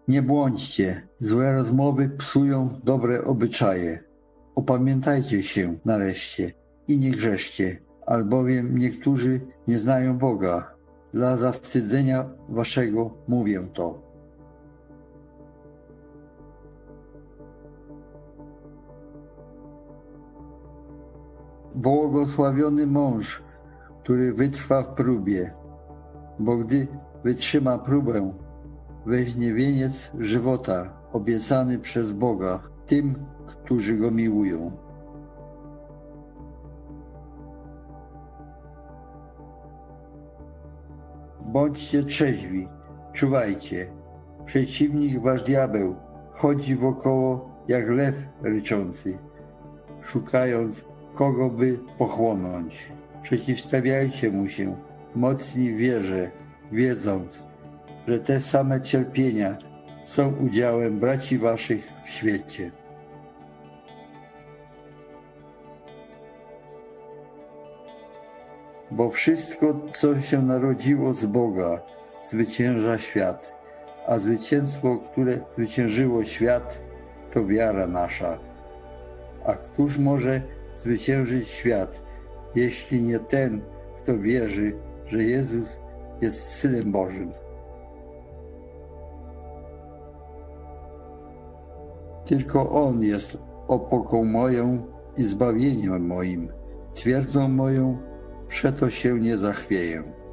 Nie błądźcie, złe rozmowy psują dobre obyczaje. Opamiętajcie się nareszcie i nie grzeszcie, albowiem niektórzy nie znają Boga. Dla zawstydzenia waszego mówię to. Błogosławiony mąż, który wytrwa w próbie, bo gdy wytrzyma próbę, weźmie wieniec żywota obiecany przez Boga tym, którzy Go miłują. Bądźcie trzeźwi, czuwajcie. Przeciwnik wasz diabeł chodzi wokoło jak lew ryczący, szukając kogo by pochłonąć. Przeciwstawiajcie mu się, mocni w wierze, wiedząc, że te same cierpienia są udziałem braci waszych w świecie. Bo wszystko, co się narodziło z Boga, zwycięża świat, a zwycięstwo, które zwyciężyło świat, to wiara nasza. A któż może zwyciężyć świat, jeśli nie ten, kto wierzy, że Jezus jest Synem Bożym? Tylko On jest opoką moją i zbawieniem moim, twierdzą moją, przeto się nie zachwieję.